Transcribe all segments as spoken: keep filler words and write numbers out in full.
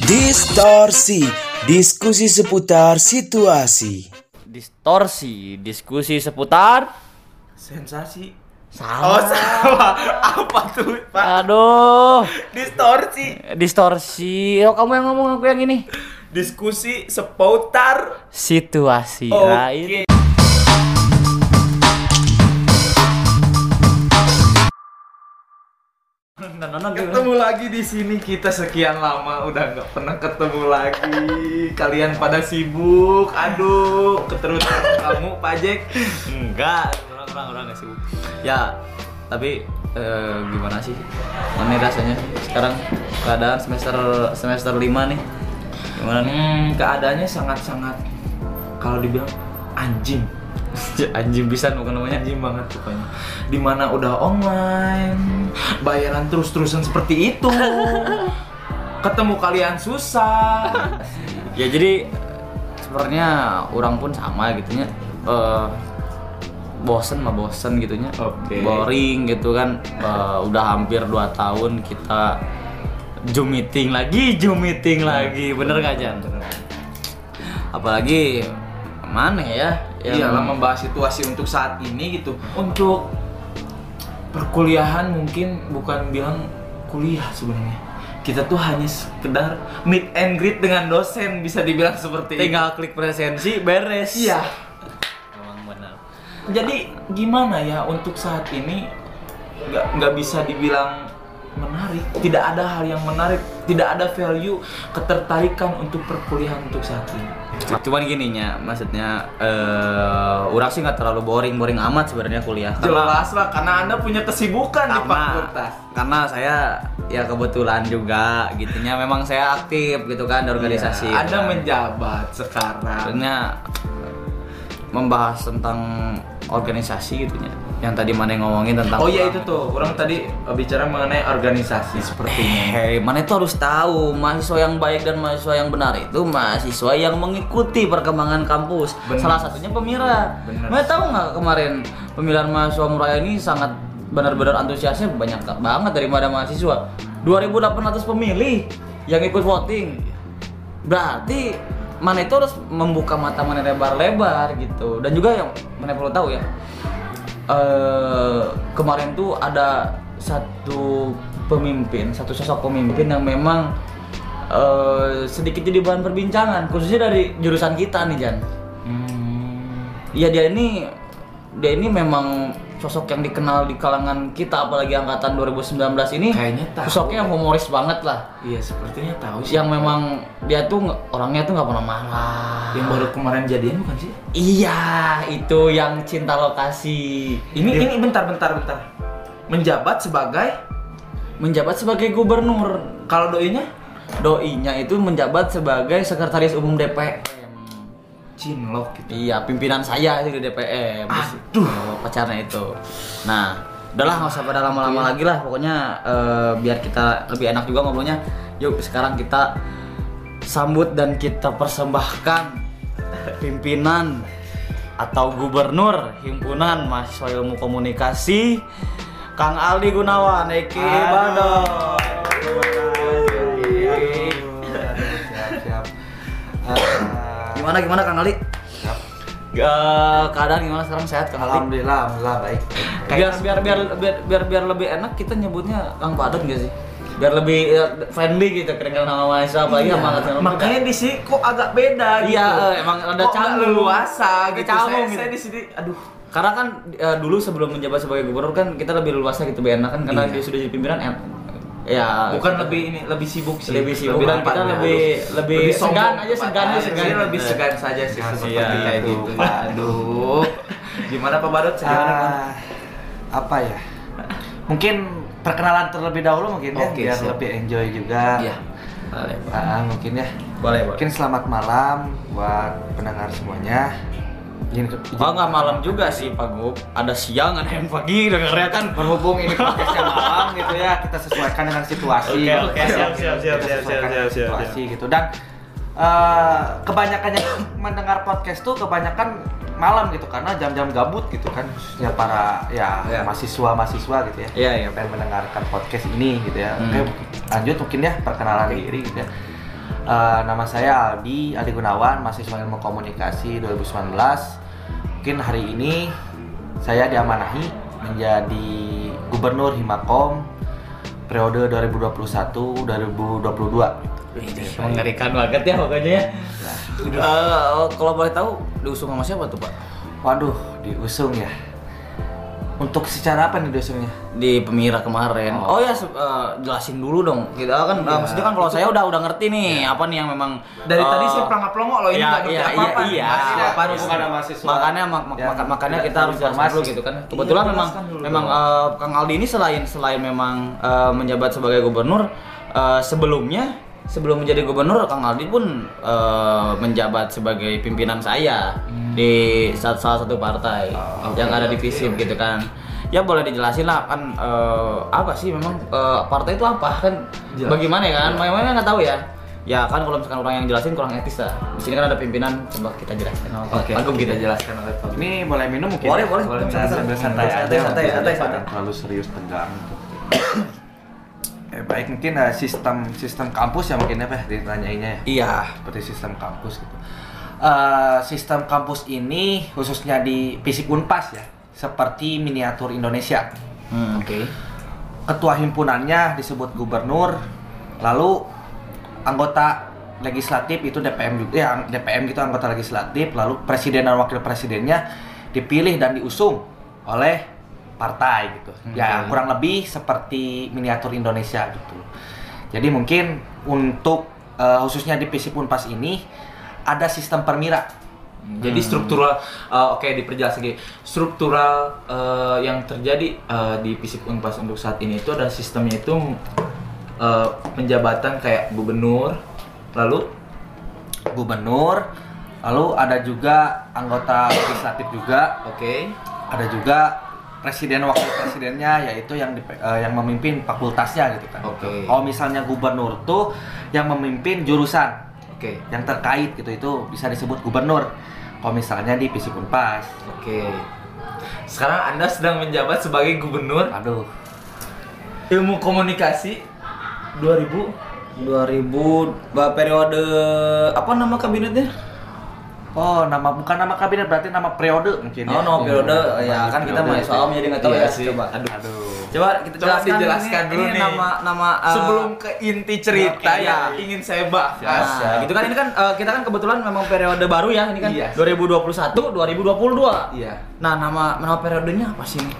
Distorsi, diskusi seputar situasi. Distorsi, diskusi seputar sensasi. Salah. Oh, salah. Apa tuh, Pak? Aduh, Distorsi. distorsi. Oh, kamu yang ngomong, aku yang ini. Diskusi seputar Situasi. Oke. Nah, itu. Ketemu lagi di sini, kita sekian lama udah nggak pernah ketemu lagi. Kalian pada sibuk. Aduh, keterusan kamu, Pak Jack. Enggak, orang-orang orang nggak sibuk. Ya, tapi eh, gimana sih? Mana rasanya sekarang keadaan semester semester lima nih? Gimana nih? Hmm, keadaannya sangat-sangat kalau dibilang anjing. Anjing bisa bukan namanya. Anjing banget pokoknya. Dimana udah online, bayaran terus-terusan seperti itu. Ketemu kalian susah. Ya jadi sebenarnya orang pun sama gitunya. Eh bosen mah bosen gitunya. Oke. Boring gitu kan. Eh, udah hampir dua tahun kita Zoom meeting lagi, Zoom meeting lagi. Bener gak, Jan? Apalagi mana ya? Iya lah, membahas situasi untuk saat ini gitu. Untuk perkuliahan mungkin bukan bilang kuliah sebenarnya. Kita tuh hanya sekedar meet and greet dengan dosen, bisa dibilang seperti Tinggal klik presensi, beres. itu. Iya. Emang benar. Jadi gimana ya untuk saat ini nggak nggak bisa dibilang menarik. Tidak ada hal yang menarik, tidak ada value ketertarikan untuk perkuliahan untuk saat ini. Cuman gininya, maksudnya eh orang sih nggak terlalu boring-boring amat sebenarnya kuliah. Karena- Jelas lah, karena Anda punya kesibukan di karena, fakultas. karena saya ya kebetulan juga gitunya memang saya aktif gitu kan di organisasi. Iya, Anda kan. menjabat sekarang. Sebenarnya membahas tentang organisasi gitunya. Yang tadi mana yang ngomongin tentang Oh iya orang. itu tuh, orang tadi uh, bicara mengenai organisasi sepertinya. Hei, mana itu harus tahu mahasiswa yang baik dan mahasiswa yang benar itu mahasiswa yang mengikuti perkembangan kampus. Benar. Salah satunya Pemira. Benar. Mana tahu nggak kemarin pemilihan mahasiswa Muraya ini sangat benar-benar antusiasnya banyak banget daripada mahasiswa. dua ribu delapan ratus pemilih yang ikut voting. Berarti mana itu harus membuka mata mana lebar-lebar gitu. Dan juga yang mana perlu tahu ya. Uh, kemarin tuh ada satu pemimpin, satu sosok pemimpin yang memang uh, sedikit jadi bahan perbincangan, khususnya dari jurusan kita nih, Jan. Hmm. Iya, dia ini dia ini memang sosok yang dikenal di kalangan kita, apalagi angkatan dua ribu sembilan belas ini. Kayaknya tahu. Sosoknya yang humoris banget lah. Iya, sepertinya tahu sih. Yang memang dia tuh nge- orangnya tuh nggak pernah marah. Yang baru kemarin jadian bukan sih? Iya, itu yang cinta lokasi. Ini Dia- ini bentar bentar bentar. Menjabat sebagai, menjabat sebagai gubernur. kalau doinya Doinya itu menjabat sebagai sekretaris umum D P M. cinlok gitu. Iya, pimpinan saya itu di D P M. Aduh. Oh, pacarnya itu. Nah, udahlah nggak usah pada lama-lama lagi lah. Pokoknya eh, biar kita lebih enak juga ngobrolnya. Yuk sekarang kita sambut dan kita persembahkan pimpinan atau gubernur himpunan mahasiswa ilmu komunikasi Kang Aldi Gunawan Eki Badok. Siap-siap. Gimana gimana Kang Ali? Eh, keadaan gimana sekarang, sehat Kang Ali? Alhamdulillah, alhamdulillah baik. Biar biar biar biar biar biar lebih enak kita nyebutnya Kang Padat nggak sih? Biar lebih ya, friendly gitu kedengaran nama mahasiswa apalagi sama angkatan Iya. Makanya di sini kok agak beda gitu. Iya, eh, emang ada Kok nggak canggung. leluasa Ada gitu. canggung Saya, gitu. saya di sini, aduh. Karena kan eh, dulu sebelum menjabat sebagai gubernur kan kita lebih leluasa gitu, lebih enak kan karena Iya. dia sudah jadi pimpinan en- ya Bukan kita- lebih ini, lebih sibuk sih. Lebih sibuk dan kita lapar, lebih- halus. lebih sombong segan aja, tempat segan aja, lain. segan. Saya lebih segan saja sih Nah, seperti iya, kayak tuh, gitu. Pak. Aduh. Gimana Pak Badut? Gimana, Pak? Ah, apa ya? Mungkin perkenalan terlebih dahulu mungkin ya, Oke, biar siap. lebih enjoy juga. Iya. Boleh. Ah, mungkin ya. Boleh, boleh. Mungkin selamat malam buat pendengar semuanya. Izin ke- izin- Oh, nggak malam juga sih Pak Gub. Ada siang, ada yang pagi, dengarnya kan. Berhubung ini podcastnya malam gitu ya, kita sesuaikan dengan situasi. Oke, oke, Kita siap, siap, siap, kita siap, sesuaikan siap, dengan siap, situasi gitu. Dan eh, kebanyakan yang mendengar podcast tuh kebanyakan malam gitu karena jam-jam gabut gitu kan, khususnya para ya Ya. mahasiswa-mahasiswa gitu ya. Iya, iya. Pengen mendengarkan podcast ini gitu ya. Hmm. Oke, lanjut mungkin ya perkenalan diri gitu ya. Uh, nama saya Aldi, Aldi Gunawan, mahasiswa Ilmu Komunikasi dua ribu sembilan belas. Mungkin hari ini saya diamanahi menjadi Gubernur Himakom periode dua ribu dua puluh satu sampai dua ribu dua puluh dua. Mengerikan banget ya pokoknya ya. Uh, kalau boleh tahu diusung sama siapa tuh Pak? Waduh, diusung ya. Untuk secara apa nih diusungnya? Di Pemira kemarin. Oh, oh ya, uh, jelasin dulu dong. Kita kan, ya, uh, maksudnya kan kalau saya udah udah ngerti nih ya. Apa nih yang memang dari uh, tadi sih pelongo-pelongo loh ini nggak ngerti apa-apa. Iya, iya, apa nih? Makanya mak ya, mak makanya kita harus jelaskan dulu gitu kan. Kebetulan iya, memang dulu, memang uh, Kang Aldi ini selain selain memang uh, menjabat sebagai gubernur, uh, sebelumnya sebelum menjadi gubernur, Kang Aldi pun uh, menjabat sebagai pimpinan saya hmm. di salah satu partai oh, yang okay, ada di FISIP okay, gitu kan. Ya boleh dijelasin lah kan uh, apa sih memang uh, partai itu apa kan? Jelas. Bagaimana ya kan? Memang nggak tahu ya. Ya kan kalau misalkan orang yang jelasin kurang etis lah. Di sini kan ada pimpinan, coba kita jelaskan. Oke. Aku kita jelaskan oleh Pak. Ini boleh minum mungkin? Boleh, boleh. Boleh santai, santai, santai, santai, santai, santai. Terlalu serius tegang. Eh, baik mungkin uh, sistem sistem kampus ya mungkin apa ditanyainnya ya? Iya. Seperti sistem kampus gitu. Uh, sistem kampus ini khususnya di FISIP Unpas ya, seperti miniatur Indonesia. Hmm, Oke. Okay. Ketua himpunannya disebut gubernur, lalu anggota legislatif itu D P M juga, ya D P M gitu anggota legislatif, lalu presiden dan wakil presidennya dipilih dan diusung oleh partai gitu. Hmm, ya kurang lebih seperti miniatur Indonesia gitu. Jadi mungkin untuk uh, khususnya di FISIP Unpas ini ada sistem permira. Jadi struktural, uh, oke okay, diperjelas lagi. Struktural uh, yang terjadi uh, di FISIP Unpas untuk saat ini itu ada sistemnya itu uh, penjabatan kayak gubernur, lalu gubernur, lalu ada juga anggota legislatif juga, oke. Okay. Ada juga presiden wakil presidennya yaitu yang di, uh, yang memimpin fakultasnya gitu kan. Oke. Okay. Kalau misalnya gubernur tuh yang memimpin jurusan, oke, okay, yang terkait gitu itu bisa disebut gubernur. Kalau misalnya di FISIP Unpas. Oke. Sekarang Anda sedang menjabat sebagai gubernur. Aduh. Ilmu komunikasi dua ribu dua ribu periode apa nama kabinetnya? Oh, nama bukan nama kabinet berarti nama periode mungkin ya. Oh, nama periode. Oh, ya kan kita mahasiswa awam jadi enggak tahu iya ya. Sih. Coba. Aduh. Aduh. Coba kita Coba jelaskan dijelaskan ini, dulu ini nih. nama nama uh, sebelum ke inti cerita okay, yang ya. ingin saya bahas. Nah, gitu kan ini kan uh, kita kan kebetulan memang periode baru ya ini kan yes. dua ribu dua puluh satu dua ribu dua puluh dua. Iya. Nah, nama nama periodenya apa sih ini?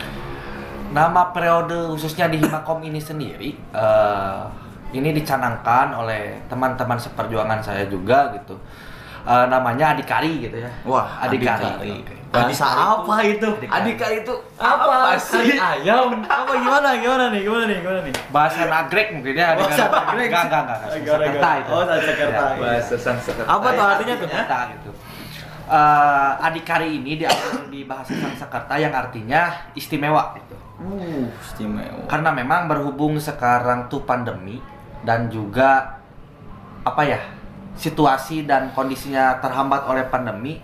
Nama periode khususnya di Himakom ini sendiri uh, ini dicanangkan oleh teman-teman seperjuangan saya juga gitu. Uh, namanya Adikari gitu ya. Wah, Adikari. Adikari. Bahasa apa itu? Adikari itu apa, apa sih? Ayam. Apa gimana? Gimana nih? Gimana nih? Gimana nih? Bahasa Nagrek mungkin ya. Bahasa Nagrek. Enggak, enggak, enggak. Sanskerta itu. Oh, Sanskerta. Ya, bahasa Sanskerta. Apa tuh artinya tuh? Sanskerta gitu. Uh, Adikari ini diambil di bahasa Sanskerta yang artinya istimewa gitu. Uh, istimewa. Karena memang berhubung sekarang tuh pandemi dan juga apa ya? Situasi dan kondisinya terhambat oleh pandemi,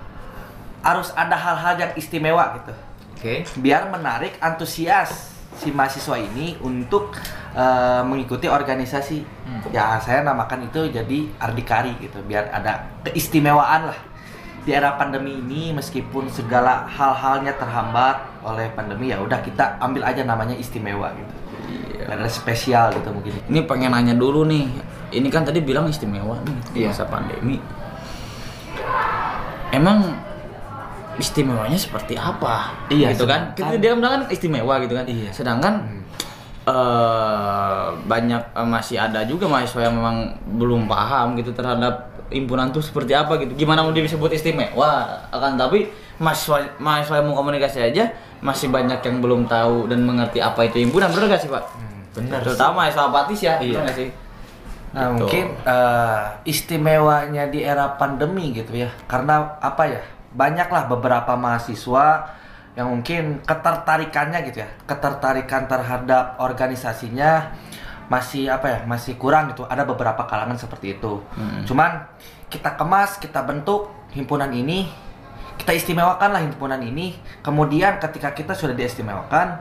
harus ada hal-hal yang istimewa gitu. Oke. Okay. Biar menarik antusias si mahasiswa ini untuk uh, mengikuti organisasi. Hmm. Ya saya namakan itu jadi Ardikari gitu. Biar ada keistimewaan lah di era pandemi ini, meskipun segala hal-halnya terhambat oleh pandemi, ya udah kita ambil aja namanya istimewa gitu. Iya. Ada spesial gitu mungkin. Ini pengen nanya dulu nih. Ini kan tadi bilang istimewa nih iya. masa pandemi. Emang istimewanya seperti apa? Iya, gitu kan? Kita dia bilang kan istimewa gitu kan. Iya. Sedangkan hmm. uh, banyak uh, masih ada juga mahasiswa yang memang belum paham gitu terhadap himpunan tuh seperti apa gitu. Gimana mau disebut istimewa? Akan tapi mahasiswa mahasiswa yang mau komunikasi aja masih banyak yang belum tahu dan mengerti apa itu himpunan. Benar gak sih, Pak? Hmm, benar. Terutama mahasiswa apatis ya, iya. benar gak sih? Nah gitu. Mungkin uh, istimewanya di era pandemi gitu ya, karena apa ya, banyaklah beberapa mahasiswa yang mungkin ketertarikannya gitu ya, ketertarikan terhadap organisasinya masih apa ya, masih kurang gitu. Ada beberapa kalangan seperti itu. Hmm. Cuman kita kemas, kita bentuk himpunan ini, kita istimewakan lah himpunan ini. Kemudian ketika kita sudah diistimewakan,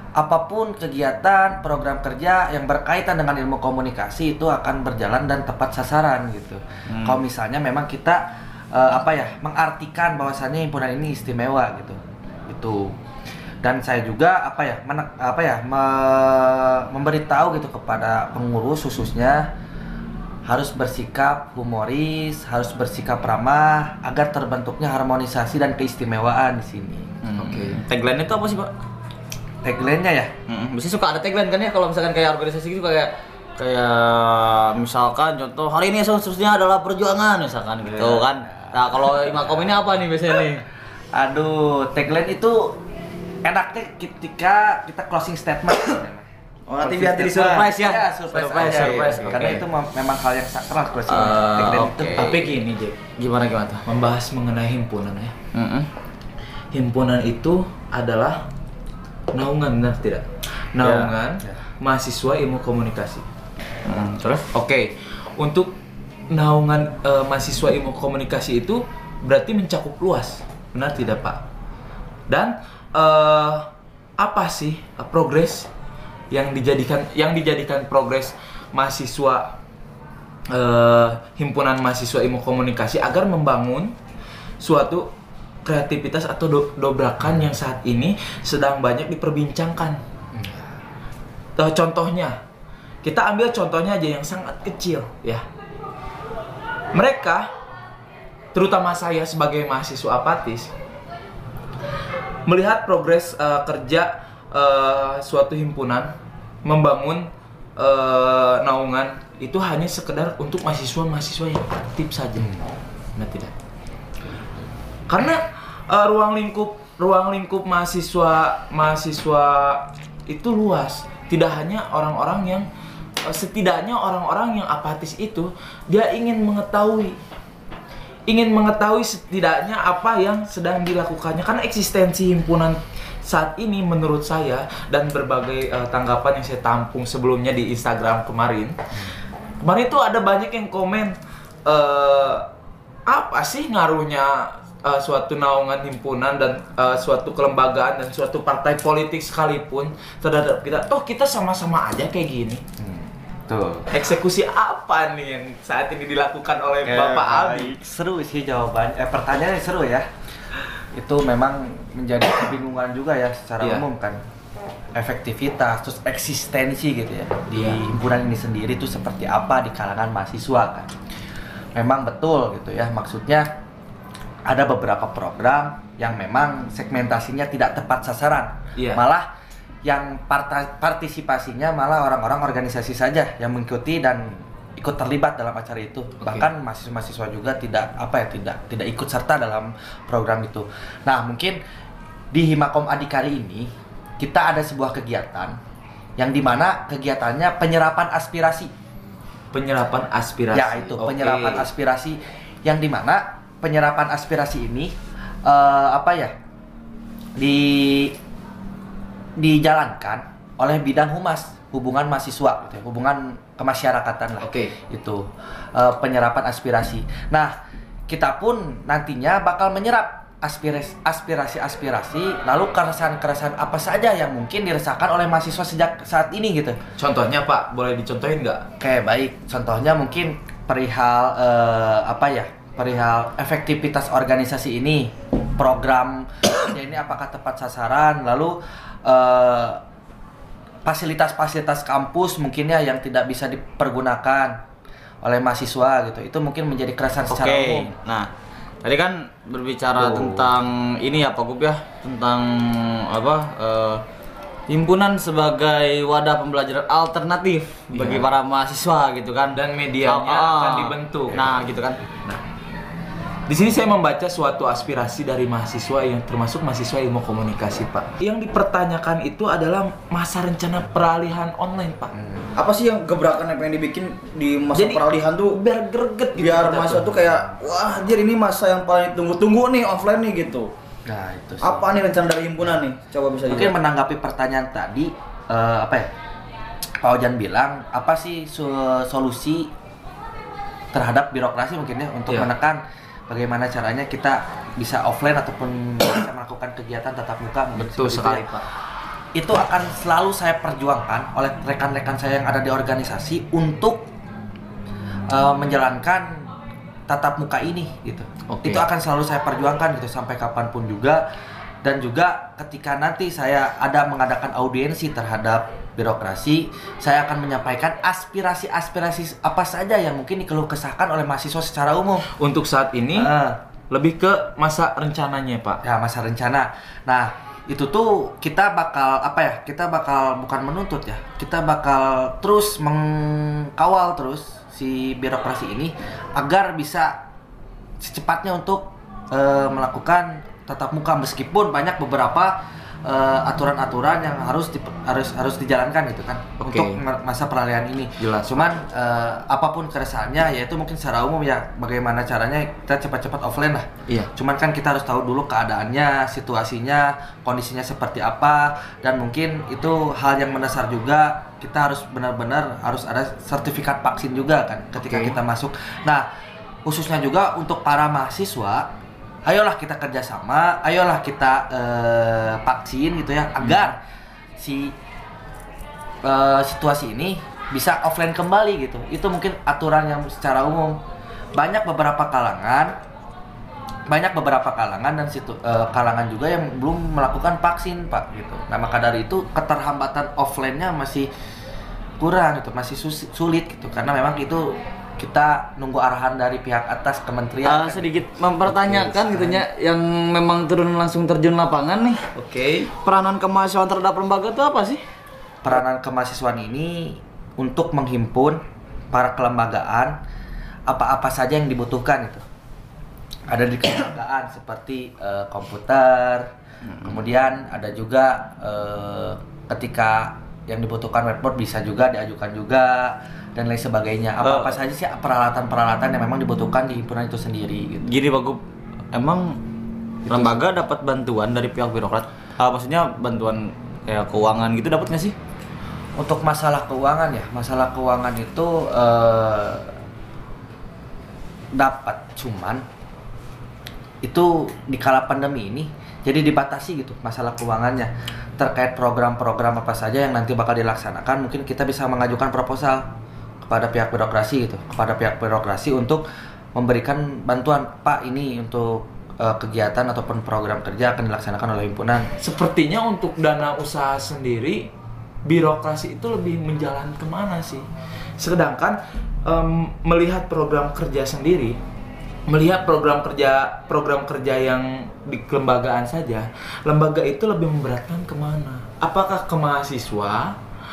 apapun kegiatan, program kerja yang berkaitan dengan ilmu komunikasi itu akan berjalan dan tepat sasaran gitu. Hmm. Kalau misalnya memang kita uh, apa ya mengartikan bahwasannya himpunan ini istimewa gitu, itu. Dan saya juga apa ya menek, apa ya me, memberitahu gitu kepada pengurus khususnya harus bersikap humoris, harus bersikap ramah agar terbentuknya harmonisasi dan keistimewaan di sini. Hmm. Oke. Okay. Tagline itu apa sih, Pak? Tagline-nya ya? Hmm. Biasanya suka ada tagline kan ya kalau misalkan kayak organisasi gitu kayak kayak misalkan contoh hari ini seterusnya adalah perjuangan misalkan gitu yeah. kan. Nah, kalau Imakom ini apa nih biasanya nih? Aduh, tagline itu enaknya ketika kita closing statement. Oh, nanti biar jadi surprise ya. Ya, surprise, surprise, aja, surprise. Okay. Karena itu memang hal yang sakral closing uh, tagline okay. itu. Tapi gini, Jack. Gimana gimana tuh? Membahas mengenai himpunan ya. Mm-hmm. Himpunan itu adalah naungan, benar tidak? Naungan yeah. mahasiswa ilmu komunikasi. Mm, terus? Oke, okay. Untuk naungan uh, mahasiswa ilmu komunikasi itu berarti mencakup luas, benar tidak Pak? Dan uh, apa sih uh, progres yang dijadikan yang dijadikan progres mahasiswa uh, himpunan mahasiswa ilmu komunikasi agar membangun suatu kreativitas atau do- dobrakan yang saat ini sedang banyak diperbincangkan. Uh, contohnya, kita ambil contohnya aja yang sangat kecil ya. Mereka, terutama saya sebagai mahasiswa apatis, melihat progres uh, kerja uh, suatu himpunan membangun uh, naungan itu hanya sekedar untuk mahasiswa-mahasiswa yang aktif saja. Nah, tidak. Karena uh, ruang lingkup ruang lingkup mahasiswa mahasiswa itu luas. Tidak hanya orang-orang yang uh, setidaknya orang-orang yang apatis itu dia ingin mengetahui ingin mengetahui setidaknya apa yang sedang dilakukannya, karena eksistensi himpunan saat ini menurut saya dan berbagai uh, tanggapan yang saya tampung sebelumnya di Instagram kemarin kemarin itu ada banyak yang komen uh, apa sih ngaruhnya uh, suatu naungan himpunan dan uh, suatu kelembagaan dan suatu partai politik sekalipun terhadap kita, toh kita sama-sama aja kayak gini. hmm. Tuh. Eksekusi apa nih yang saat ini dilakukan oleh Eh, Bapak Aldi? Seru sih jawabannya. Eh, pertanyaannya seru ya. Itu memang menjadi kebingungan juga ya secara Iya. umum kan. Efektivitas, terus eksistensi gitu ya di Iya. himpunan ini sendiri itu seperti apa di kalangan mahasiswa kan. Memang betul gitu ya. Maksudnya ada beberapa program yang memang segmentasinya tidak tepat sasaran. Iya. Malah yang parta- partisipasinya malah orang-orang organisasi saja yang mengikuti dan ikut terlibat dalam acara itu. Okay. Bahkan mahasiswa-mahasiswa juga tidak apa ya tidak tidak ikut serta dalam program itu. Nah, mungkin di Himakom Adhikari ini kita ada sebuah kegiatan yang dimana kegiatannya penyerapan aspirasi. Penyerapan aspirasi. Ya, itu Oke. penyerapan aspirasi yang dimana penyerapan aspirasi ini uh, apa ya di dijalankan oleh bidang humas, hubungan mahasiswa gitu ya, hubungan kemasyarakatan lah. Oke. Itu uh, penyerapan aspirasi. Nah, kita pun nantinya bakal menyerap aspirasi aspirasi-aspirasi, lalu keresahan-keresahan apa saja yang mungkin dirasakan oleh mahasiswa sejak saat ini gitu. Contohnya Pak, boleh dicontohin nggak? Oke, baik. Contohnya mungkin perihal uh, apa ya? Perihal efektivitas organisasi ini, program ini apakah tepat sasaran, lalu Uh, fasilitas-fasilitas kampus mungkinnya yang tidak bisa dipergunakan oleh mahasiswa gitu, itu mungkin menjadi keresahan secara Oke. umum. Nah, tadi kan berbicara Tuh. tentang ini ya Pak Gub ya, tentang apa uh, himpunan sebagai wadah pembelajaran alternatif Iya. bagi para mahasiswa gitu kan, Dan medianya Ah, akan dibentuk. Nah, gitu kan. Nah, di sini saya membaca suatu aspirasi dari mahasiswa yang termasuk mahasiswa ilmu komunikasi, Pak. Yang dipertanyakan itu adalah masa rencana peralihan online, Pak. Apa sih yang gebrakan yang pengen dibikin di masa Jadi, peralihan tuh biar greget gitu. biar kita masa tuh kayak wah anjir ini masa yang paling tunggu-tunggu nih offline nih gitu. Nah, itu sih. Apa nih rencana dari himpunan nih? Coba bisa Mungkin menanggapi pertanyaan tadi uh, apa ya? Pak Ojan bilang apa sih so- solusi terhadap birokrasi mungkin ya untuk Iya. menekan bagaimana caranya kita bisa offline ataupun bisa melakukan kegiatan tatap muka. mungkin Betul seperti itu sekali, ya. Pak. itu akan selalu saya perjuangkan oleh rekan-rekan saya yang ada di organisasi untuk uh, menjalankan tatap muka ini gitu. Oke. Itu akan selalu saya perjuangkan gitu sampai kapanpun juga. Dan juga ketika nanti saya ada mengadakan audiensi terhadap birokrasi, saya akan menyampaikan aspirasi-aspirasi apa saja yang mungkin dikeluh kesahkan oleh mahasiswa secara umum. Untuk saat ini Uh, lebih ke masa rencananya, Pak. ya masa rencana. Nah itu tuh kita bakal apa ya? Kita bakal bukan menuntut ya. Kita bakal terus mengkawal terus si birokrasi ini agar bisa secepatnya untuk uh, melakukan tatap muka, meskipun banyak beberapa uh, aturan-aturan yang harus di, harus harus dijalankan gitu kan. Oke. Untuk masa peralihan ini. Jelas. Cuman uh, apapun keresahannya, yaitu mungkin secara umum ya bagaimana caranya kita cepat-cepat offline lah. Iya. Cuman kan kita harus tahu dulu keadaannya, situasinya, kondisinya seperti apa, dan mungkin itu hal yang mendasar juga. Kita harus benar-benar harus ada sertifikat vaksin juga kan ketika Oke. kita masuk. Nah, khususnya juga untuk para mahasiswa, ayolah kita kerjasama, ayolah kita eh, vaksin gitu ya, agar si eh, situasi ini bisa offline kembali gitu. Itu mungkin aturan yang secara umum. Banyak beberapa kalangan, banyak beberapa kalangan dan situ eh, kalangan juga yang belum melakukan vaksin, Pak gitu. Nah, maka dari itu keterhambatan offline-nya masih kurang gitu, masih sus- sulit gitu, karena memang itu kita nunggu arahan dari pihak atas kementerian. Ah, kan. sedikit mempertanyakan gitu nya, yang memang turun langsung terjun lapangan nih. Oke. Peranan kemahasiswaan terhadap lembaga itu apa sih? Peranan kemahasiswaan ini untuk menghimpun para kelembagaan apa-apa saja yang dibutuhkan itu. Ada di kelembagaan seperti eh, komputer, kemudian ada juga eh, ketika yang dibutuhkan whiteboard bisa juga diajukan juga, dan lain sebagainya. Apa-apa Uh. saja sih peralatan-peralatan yang memang dibutuhkan di himpunan itu sendiri gitu. Gini Pak Gub, emang lembaga dapat bantuan dari pihak birokrat? Ah, maksudnya bantuan kayak keuangan gitu dapat nggak sih? Untuk masalah keuangan ya, masalah keuangan itu eh, dapat, cuman itu di kala pandemi ini jadi dibatasi gitu masalah keuangannya. Terkait program-program apa saja yang nanti bakal dilaksanakan, mungkin kita bisa mengajukan proposal kepada pihak birokrasi gitu, kepada pihak birokrasi untuk memberikan bantuan, Pak, ini untuk uh, kegiatan ataupun program kerja akan dilaksanakan oleh himpunan. Sepertinya untuk dana usaha sendiri, birokrasi itu lebih menjalan kemana sih? Sedangkan em, melihat program kerja sendiri, melihat program kerja program kerja yang di kelembagaan saja, lembaga itu lebih memberatkan kemana? Apakah ke mahasiswa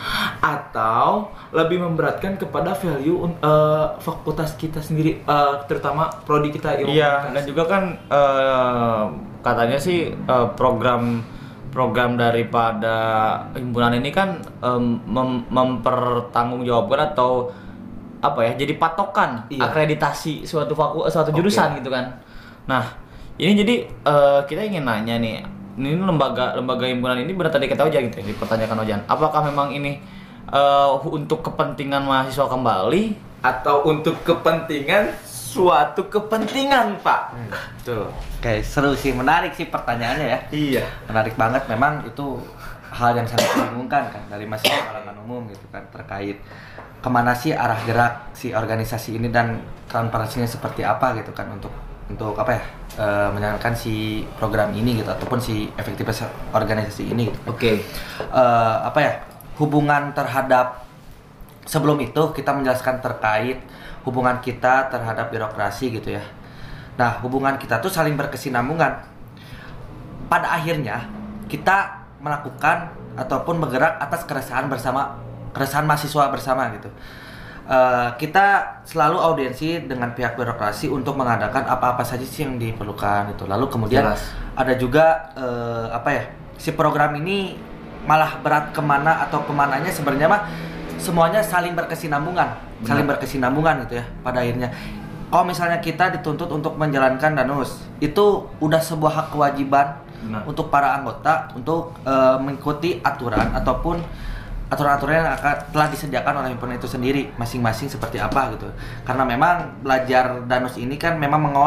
atau lebih memberatkan kepada value uh, fakultas kita sendiri, uh, terutama prodi kita ilmu Iya, komunikasi? dan juga kan eh, katanya sih eh, program program daripada himpunan ini kan em, mem- mempertanggungjawabkan atau apa ya, jadi patokan Iya. akreditasi suatu faku suatu Oke. jurusan gitu kan. Nah, ini jadi eh, kita ingin nanya nih, ini lembaga lembaga himpunan ini benar tadi kata Ojan gitu ya, dipertanyakan Ojan, apakah memang ini eh, untuk kepentingan mahasiswa kembali? Atau untuk kepentingan suatu kepentingan, Pak? Tuh, oke, seru sih, menarik sih pertanyaannya ya. Iya. Menarik banget, memang itu hal yang sangat membingungkan kan dari masyarakat kalangan umum gitu kan, terkait kemana sih arah gerak si organisasi ini dan transparansinya seperti apa gitu kan untuk untuk apa ya e, menjalankan si program ini gitu ataupun si efektivitas organisasi ini gitu. Oke. E, apa ya hubungan terhadap sebelum itu kita menjelaskan terkait hubungan kita terhadap birokrasi gitu ya. Nah, hubungan kita tuh saling berkesinambungan. Pada akhirnya kita melakukan ataupun bergerak atas keresahan bersama, keresahan mahasiswa bersama gitu. Uh, kita selalu audiensi dengan pihak birokrasi untuk mengadakan apa-apa saja sih yang diperlukan itu. Lalu kemudian Jelas. ada juga uh, apa ya si program ini malah berat kemana atau kemananya sebenarnya mah semuanya saling berkesinambungan, Benar. saling berkesinambungan gitu ya pada akhirnya. Kalau misalnya kita dituntut untuk menjalankan danus, itu udah sebuah hak kewajiban Benar. untuk para anggota untuk uh, mengikuti aturan ataupun aturan-aturan yang akan telah disediakan oleh himpunan itu sendiri masing-masing seperti apa gitu. Karena memang belajar danus ini kan memang mengolah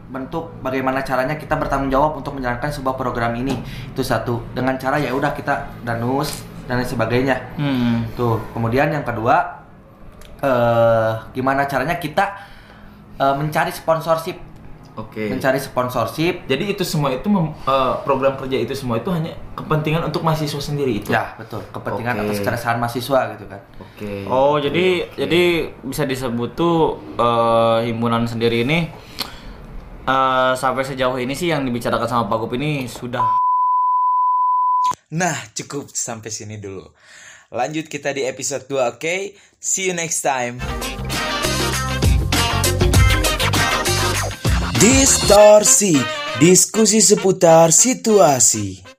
bentuk bagaimana caranya kita bertanggung jawab untuk menjalankan sebuah program ini. Itu satu. Dengan cara ya udah kita danus dan lain sebagainya. Hmm. Tuh. Kemudian yang kedua, eh gimana caranya kita eh, mencari sponsorship. Oke. Mencari sponsorship. Jadi itu semua itu mem- eh, program kerja itu semua itu hanya kepentingan untuk mahasiswa sendiri itu. Ya, betul. Kepentingan Oke. atas keresahan mahasiswa gitu kan. Oke. Oh, jadi jadi bisa disebut tuh eh, himpunan sendiri ini eh, sampai sejauh ini sih yang dibicarakan sama Pak Gup ini sudah. Nah, cukup sampai sini dulu. Lanjut kita di episode dua, oke? Okay? See you next time. Distorsi, diskusi seputar situasi.